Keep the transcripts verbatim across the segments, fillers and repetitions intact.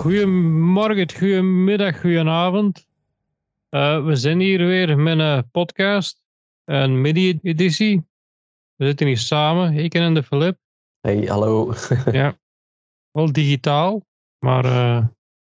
Goedemorgen, goedemiddag, goedenavond. Uh, we zijn hier weer met een podcast, een midi-editie. We zitten hier samen, ik en de Philip. Hey, hallo. Ja, wel digitaal, maar uh,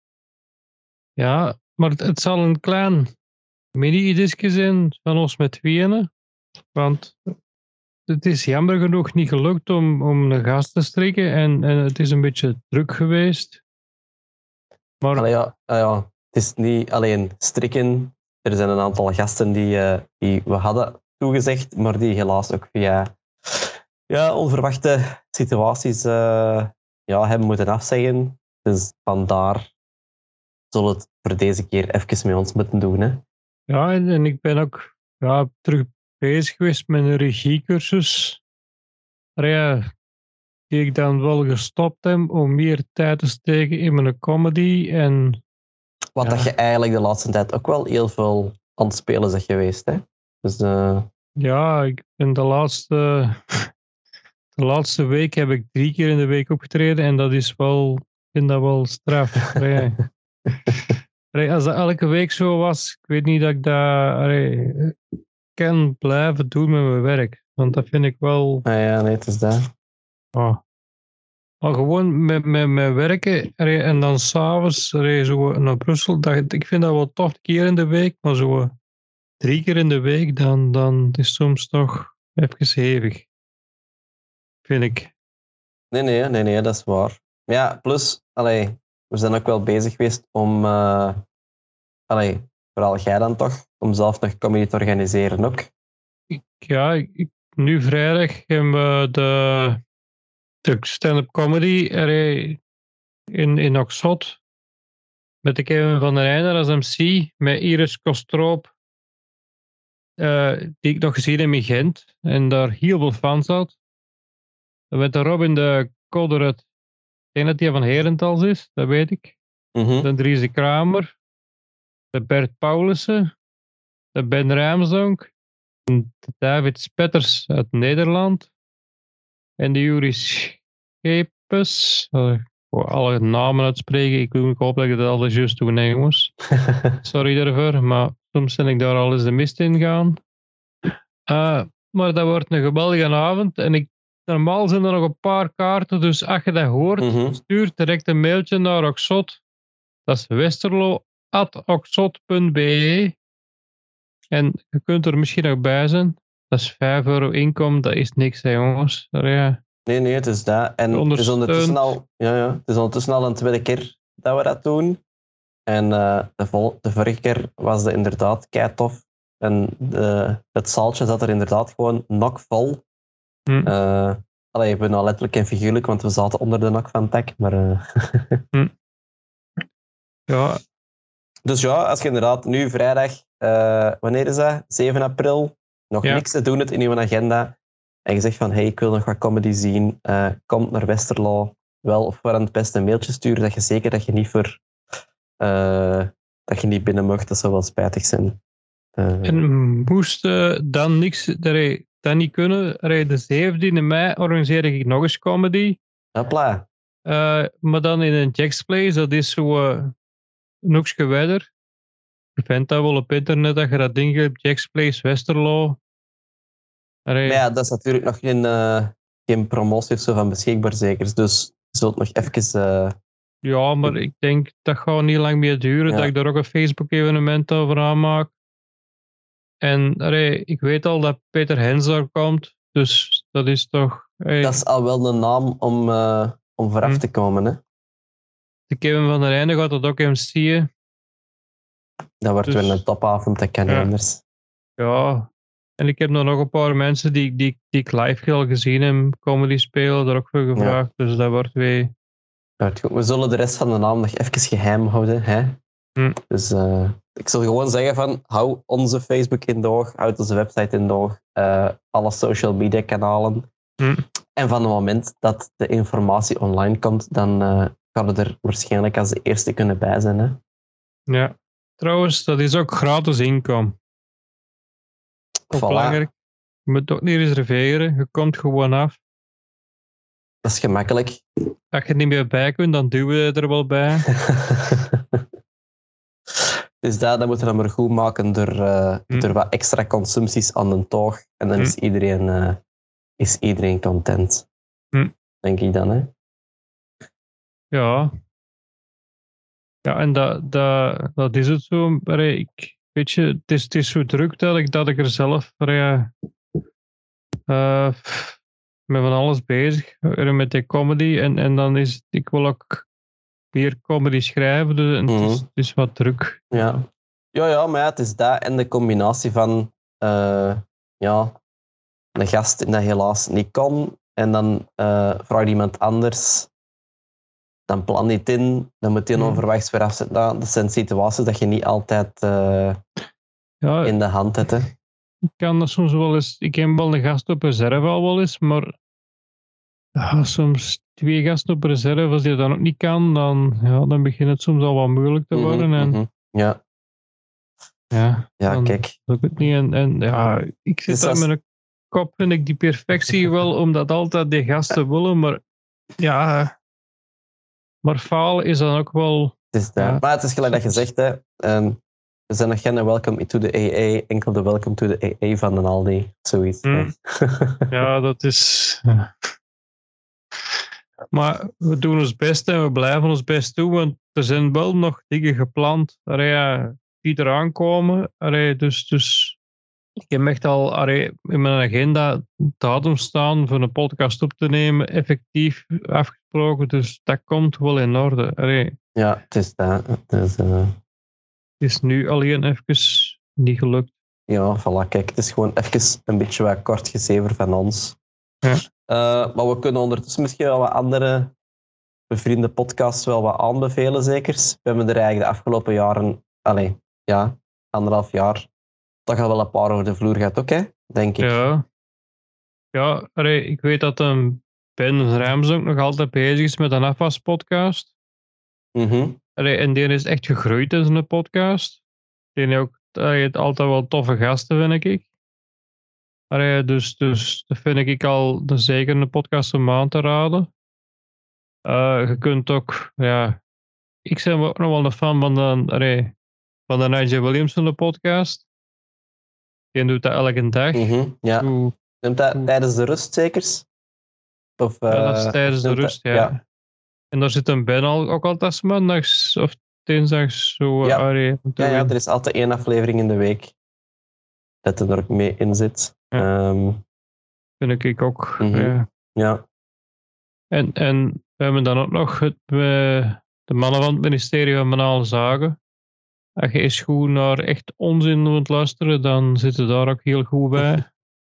ja, maar het, het zal een klein midi-editie zijn van ons met tweeën, want het is jammer genoeg niet gelukt om, om een gast te strikken en, en het is een beetje druk geweest. Maar Allee, ja, ja, het is niet alleen strikken. Er zijn een aantal gasten die, uh, die we hadden toegezegd, maar die helaas ook via ja, onverwachte situaties uh, ja, hebben moeten afzeggen. Dus vandaar zullen we het voor deze keer even met ons moeten doen. Hè. Ja, en, en ik ben ook ja, terug bezig geweest met een regiecursus. Ja, die ik dan wel gestopt heb om meer tijd te steken in mijn comedy. En, Wat ja. dat je eigenlijk de laatste tijd ook wel heel veel aan het spelen bent geweest. Hè? Dus, uh... Ja, ik ben de laatste, de laatste week heb ik drie keer in de week opgetreden en dat is wel, ik vind dat wel straf. Allee. Allee, als dat elke week zo was, ik weet niet dat ik dat allee, kan blijven doen met mijn werk. Want dat vind ik wel... Ah ja, nee, het is dat. Oh. Maar gewoon met, met, met werken en dan s'avonds zo naar Brussel. Dat, ik vind dat wel tof, een keer in de week. Maar zo drie keer in de week, dan, dan is het soms toch even hevig. Vind ik. Nee, nee, nee, nee, dat is waar. Ja, plus, allee, we zijn ook wel bezig geweest om... Uh, allee, vooral jij dan toch, om zelf nog comedy te organiseren ook. Ik, ja, ik, nu vrijdag hebben we de... de stand-up comedy in, in Oxford met de Kevin van der Eijden als M C, met Iris Kostroop, uh, die ik nog gezien heb in Gent en daar heel veel fans had. Met de Robin de Koderet, ik denk dat die van Herentals is, dat weet ik. Mm-hmm. De Dries Kramer, de Bert Paulussen, de Ben Rijmsdonk, de David Spetters uit Nederland en de Juris Schepes. Uh, alle namen uitspreken. Ik, ik hoop dat ik dat alles juist doe, nee, jongens. Sorry daarvoor, maar soms ben ik daar al eens de mist in gaan. Uh, maar dat wordt een geweldige avond. En ik, normaal zijn er nog een paar kaarten, dus als je dat hoort, mm-hmm. stuur direct een mailtje naar Oxot. Dat is westerlo at oxot punt b e. En je kunt er misschien nog bij zijn. Dat is vijf euro inkomen, dat is niks, hè, jongens. Daar, ja. Nee, nee, het is dat. En het is ondertussen al, ja, ja, het is ondertussen al een tweede keer dat we dat doen. En uh, de, vol, de vorige keer was het inderdaad kei tof. En de, het zaaltje zat er inderdaad gewoon nokvol. Hm. Uh, allee, ik ben nou letterlijk en figuurlijk, want we zaten onder de nok van het dak. Maar, uh... hm. Ja. Dus ja, als je inderdaad nu vrijdag, uh, wanneer is dat? zeven april, nog ja. niks te doen hebt in je agenda. En je zegt van, hey, ik wil nog wat comedy zien. Uh, kom naar Westerlo. Wel of waar aan het beste een mailtje sturen. Dat je zeker dat je niet voor... Uh, dat je niet binnen mocht. Dat zou wel spijtig zijn. Uh, en moest uh, dan niks... Dat niet kunnen. De zeventiende mei organiseer ik nog eens comedy. Hopla. Uh, maar dan in een Jack's Place. Dat is zo... Uh, een hoekje verder. Je vindt dat wel op internet. Dat je dat ding hebt. Jack's Place, Westerlo. Maar ja, dat is natuurlijk nog geen, uh, geen promotie of zo van beschikbaar zeker. Dus je zult nog even... Uh... Ja, maar ik denk dat gaat niet lang meer duren. Ja. Dat ik daar ook een Facebook-evenement over aanmaak. En allee, ik weet al dat Peter Hens daar komt. Dus dat is toch... Hey. Dat is al wel een naam om, uh, om vooraf hm. te komen. Hè? De Kevin van der Eijden gaat dat ook M C'en. Dat wordt dus... weer een topavond, dat kan ja. anders. Ja... En ik heb nog een paar mensen die, die, die ik live al gezien heb, comedy spelen, daar ook voor gevraagd. Ja. Dus dat wordt weer... We zullen de rest van de naam nog even geheim houden. Hè? Hm. Dus uh, ik zal gewoon zeggen van, hou onze Facebook in de oog, houd onze website in de oog, uh, alle social media kanalen. Hm. En van het moment dat de informatie online komt, dan uh, gaan we er waarschijnlijk als de eerste kunnen bij zijn. Hè? Ja, trouwens, dat is ook gratis inkomen. Ook voilà. belangrijk. Je moet ook niet reserveren. Je komt gewoon af. Dat is gemakkelijk. Als je er niet meer bij kunt, dan duwen we er wel bij. Dus dat, dat moeten we maar goed maken door, uh, mm. door wat extra consumpties aan de toog. En dan mm. is, iedereen, uh, is iedereen content. Mm. Denk ik dan, hè? Ja. Ja, en dat, dat, dat is het zo. Ik, weet je, het is, het is zo druk dat ik, dat ik er zelf uh, uh, met van alles bezig ben met die comedy. En, en dan is het, ik wil ook meer comedy schrijven, dus mm. het, is, het is wat druk. Ja. Ja, ja, maar ja, het is dat en de combinatie van uh, ja, een gast dat helaas niet kan en dan uh, vraagt iemand anders, dan plan je het in, dan moet je onverwachts weer afzetten. Nou, dat zijn situaties dat je niet altijd uh, ja, in de hand hebt. Hè. Ik kan er soms wel eens, ik heb wel een gast op reserve al wel eens, maar ja, soms twee gasten op reserve, als die dat ook niet kan, dan, ja, dan begint het soms al wat moeilijk te worden. Mm-hmm, en, mm-hmm. Ja. Ja, ja kijk. Dat het niet. En, en ja, ik zit dus daar als... met een kop, vind ik die perfectie wel, omdat altijd die gasten willen, maar ja, maar falen is dan ook wel... Het is ja. Maar het is gelijk dat je zegt, hè, um, we zijn nog geen welcome to the A A, enkel de welcome to the A A van een Aldi, zoiets. Mm. Ja, dat is... Ja. Maar we doen ons best en we blijven ons best doen, want er zijn wel nog dingen gepland. Ja, die eraan komen. Allee, dus, dus ik heb echt al allee, in mijn agenda datum staan voor een podcast op te nemen, effectief afgesproken, dus dat komt wel in orde. Allee. Ja, het is dat. Het is, uh... het is nu alleen even niet gelukt. Ja, voilà, kijk, het is gewoon even een beetje wat kort gezever van ons. Ja. Uh, maar we kunnen ondertussen misschien wel wat andere bevriende podcasts wel wat aanbevelen, zeker. We hebben er eigenlijk de afgelopen jaren, allee, ja, anderhalf jaar, toch al wel een paar over de vloer gaat ook, hè? Denk ik. Ja, ja allee, ik weet dat um, Ben Rijms ook nog altijd bezig is met een afwaspodcast. Mm-hmm. Allee, en die is echt gegroeid in zijn podcast. Die heeft ook allee, altijd wel toffe gasten, vind ik. Allee, dus, dus dat vind ik al de zeker een podcast om aan te raden. Uh, je kunt ook, ja, ik ben ook nog wel een fan van de, allee, van de Nigel Williamson de podcast. Die doet dat elke dag. Mm-hmm, ja. Hoe, Neemt dat hoe, tijdens de rust zeker? Of, uh, ja, dat is tijdens de rust, dat, ja. ja. En daar zit een Ben al, ook altijd maandags of dinsdags zo. Ja. Allee, ja, ja, er is altijd één aflevering in de week dat er ook mee in zit. Ja. Um, vind ik ook. Mm-hmm. Ja. ja. En, en we hebben dan ook nog het, uh, de mannen van het ministerie van Banale Zaken. Als je eens goed naar echt onzin moet luisteren, dan zitten daar ook heel goed bij.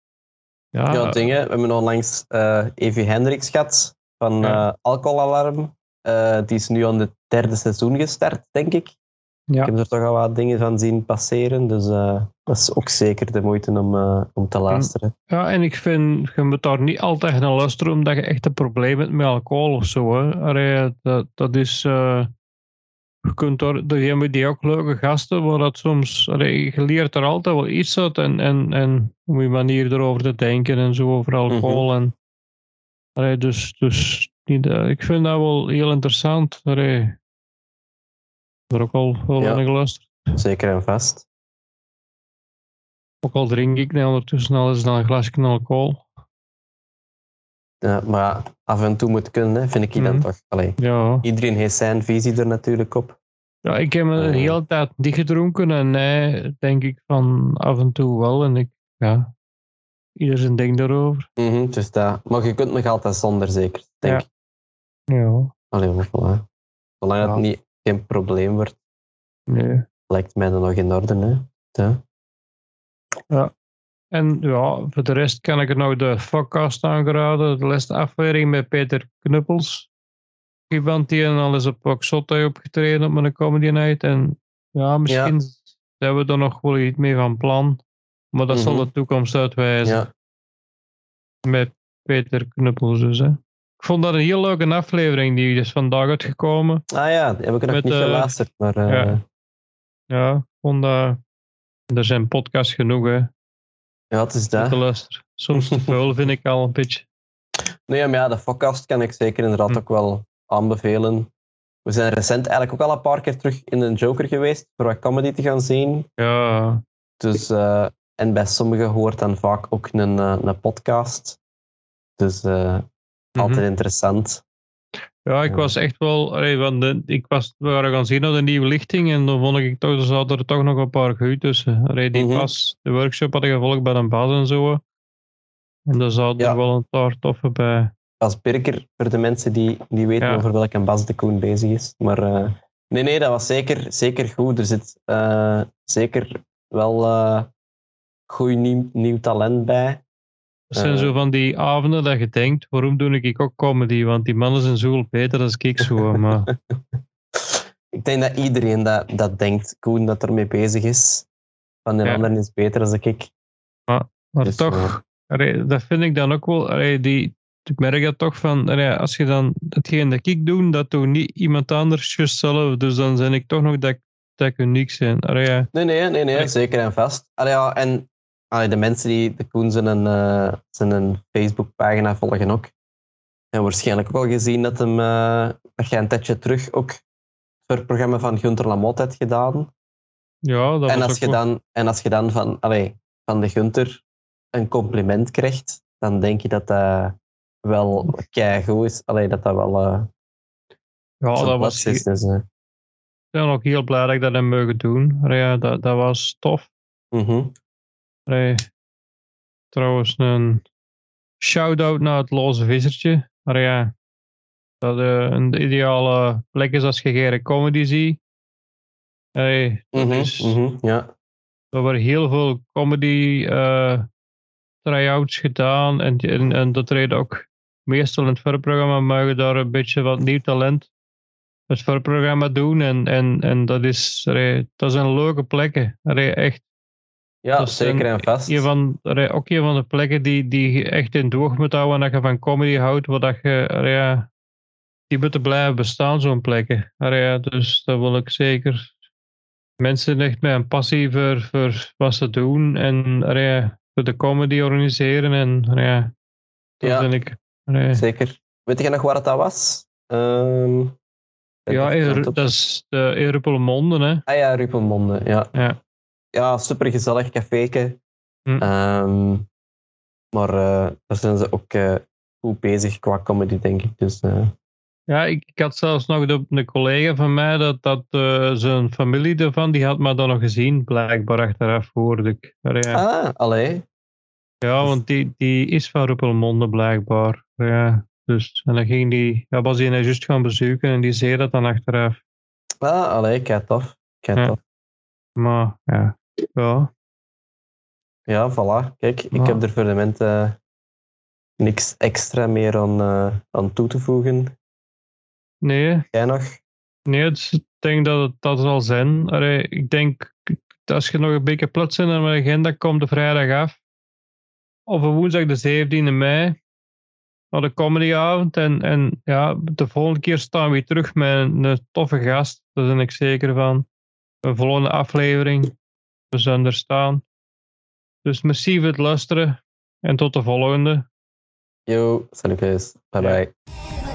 Ja, ja dingen. We hebben onlangs uh, Evie Hendricks gehad van ja. uh, Alcoholalarm. Uh, die is nu aan het derde seizoen gestart, denk ik. Ja. Ik heb er toch al wat dingen van zien passeren, dus uh, dat is ook zeker de moeite om, uh, om te luisteren. Ja, en ik vind, je moet daar niet altijd naar luisteren omdat je echt een probleem hebt met alcohol of zo. Hè. Allee, dat, dat is... Uh, je kunt daar, je hebt die ook leuke gasten, waar dat soms... Allee, je leert er altijd wel iets uit en, en, en om je manier erover te denken en zo over alcohol. Mm-hmm. En, allee, dus dus niet, uh, ik vind dat wel heel interessant. Allee. Ik heb er ook al wel ja, aan geluisterd. Zeker en vast. Ook al drink ik nou ondertussen al eens dan een glasje alcohol. Ja, maar af en toe moet kunnen, hè, vind ik mm-hmm. dan toch. Allee, ja. Iedereen heeft zijn visie er natuurlijk op. Ja, ik heb me de hele tijd niet gedronken en nee, denk ik van af en toe wel. En ik, ja, ieder zijn ding daarover. Mm-hmm, dus dat, maar je kunt nog altijd zonder, zeker, denk ik. Ja. ja. Allee, maar voilà. Zolang ja. het niet, geen probleem wordt, nee. lijkt mij dan nog in orde, hè. Ja. Ja. En ja, voor de rest kan ik er nog de Fuckcast aangeraden. De laatste aflevering met Peter Knuppels. Iemand die al eens op Oxotte opgetreden op mijn comedy night. En ja, misschien ja. zijn we er nog wel iets mee van plan. Maar dat mm-hmm. zal de toekomst uitwijzen. Ja. Met Peter Knuppels dus. Hè. Ik vond dat een heel leuke aflevering. Die is vandaag uitgekomen. Ah ja, die heb ik nog met, niet uh, geluisterd. Maar, uh... ja. ja, ik vond dat... Er zijn podcasts genoeg, hè. Ja, het is dat. Soms te veel vind ik al een beetje. Nee, maar ja, de podcast kan ik zeker inderdaad Hm. ook wel aanbevelen. We zijn recent eigenlijk ook al een paar keer terug in een Joker geweest voor wat comedy te gaan zien. Ja. Dus, uh, en bij sommigen hoort dan vaak ook een, uh, een podcast. Dus uh, mm-hmm. altijd interessant. Ja, ik was echt wel... Allee, want de, ik was, we waren gaan zien naar de nieuwe lichting en dan vond ik toch, er zaten er toch nog een paar goed tussen. Allee, die mm-hmm. pas, de workshop hadden gevolgd bij een Bas en zo. En daar zaten ja. er wel een paar toffe bij. Bas Birker, voor de mensen die, die weten ja. over welke Bas de Koen bezig is. Maar uh, nee, nee, dat was zeker, zeker goed. Er zit uh, zeker wel uh, goed nieuw, nieuw talent bij. Dat zijn uh, zo van die avonden dat je denkt, waarom doe ik ook comedy? Want die mannen zijn zoveel beter dan ik zo. Maar... ik denk dat iedereen dat, dat denkt, Koen, dat ermee bezig is. Van de ja. ander is beter dan ik. Maar, maar dus, toch, uh, allee, dat vind ik dan ook wel... Allee, die, ik merk dat toch van, allee, als je dan hetgeen dat ik doe, dat doet niet iemand anders just zelf. Dus dan ben ik toch nog dat, dat ik uniek zijn. Allee, ja. Nee, nee, nee, nee allee. Zeker en vast. Allee, ja, en allee, de mensen die de Koen zijn een, uh, zijn een Facebookpagina volgen ook. En waarschijnlijk ook al gezien dat, hem, uh, dat jij een tijdje terug ook voor het programma van Gunther Lamotte hebt gedaan. Ja, dat en was als ook je dan En als je dan van, allee, van de Gunther een compliment krijgt, dan denk je dat dat wel keigoed is. Allee, dat dat wel... Uh, ja, dat was... Is, dus, uh. Ik ben ook heel blij dat ik dat heb mogen doen. Allee, ja, dat, dat was tof. Mm-hmm. Allee, trouwens, een shout-out naar het Loze Vissertje. Maar ja, dat uh, een ideale plek is als je geen comedy ziet. Hey, mm-hmm, is, mm-hmm, ja. Er worden heel veel comedy uh, try-outs gedaan en, en, en dat treden ook meestal in het voorprogramma mogen daar een beetje wat nieuw talent het voorprogramma doen en, en, en dat is allee, dat zijn leuke plekken. Allee, echt. Ja, dat zeker en vast. Een van, allee, ook een van de plekken die, die je echt in doog moet houden en dat je van comedy houdt, waar dat je, allee, die moeten blijven bestaan, zo'n plekken. Allee, dus dat wil ik zeker. Mensen echt met een passie voor, voor wat ze doen en allee, voor de comedy organiseren en allee, dat ja, vind ik. Allee. Zeker. Weet je nog waar dat was? Um, ja, in, dat is de in Ruppelmonde, hè. Ah ja, Ruppelmonde, ja. Ja. Ja, super gezellig caféke. Hm. Um, maar uh, daar zijn ze ook uh, goed bezig qua comedy, denk ik. Dus, uh... Ja, ik, ik had zelfs nog de, de collega van mij, dat, dat uh, zijn familie ervan, die had me dat nog gezien, blijkbaar achteraf, hoorde ik. Ja. Ah, allee. Ja, want die, die is van Ruppelmonde, blijkbaar. Ja, dus, en dan ging die, ja, was hij nou juist gaan bezoeken en die zei dat dan achteraf. Ah, allee, kijk tof. Kijk ja. tof. Maar, ja. Ja, ja voilà. Kijk, ik maar. heb er voor de moment uh, niks extra meer aan, uh, aan toe te voegen. Nee. Jij nog? Nee, dus ik denk dat het dat zal zijn. Allee, ik denk, als je nog een beetje plots in mijn agenda komt de vrijdag af, of een woensdag de zeventiende mei, naar de comedyavond. En, en ja, de volgende keer staan we weer terug met een, een toffe gast. Daar ben ik zeker van. Een volgende aflevering. We zullen er staan. Dus merci voor het luisteren. En tot de volgende. Yo, salutjes. Bye bye.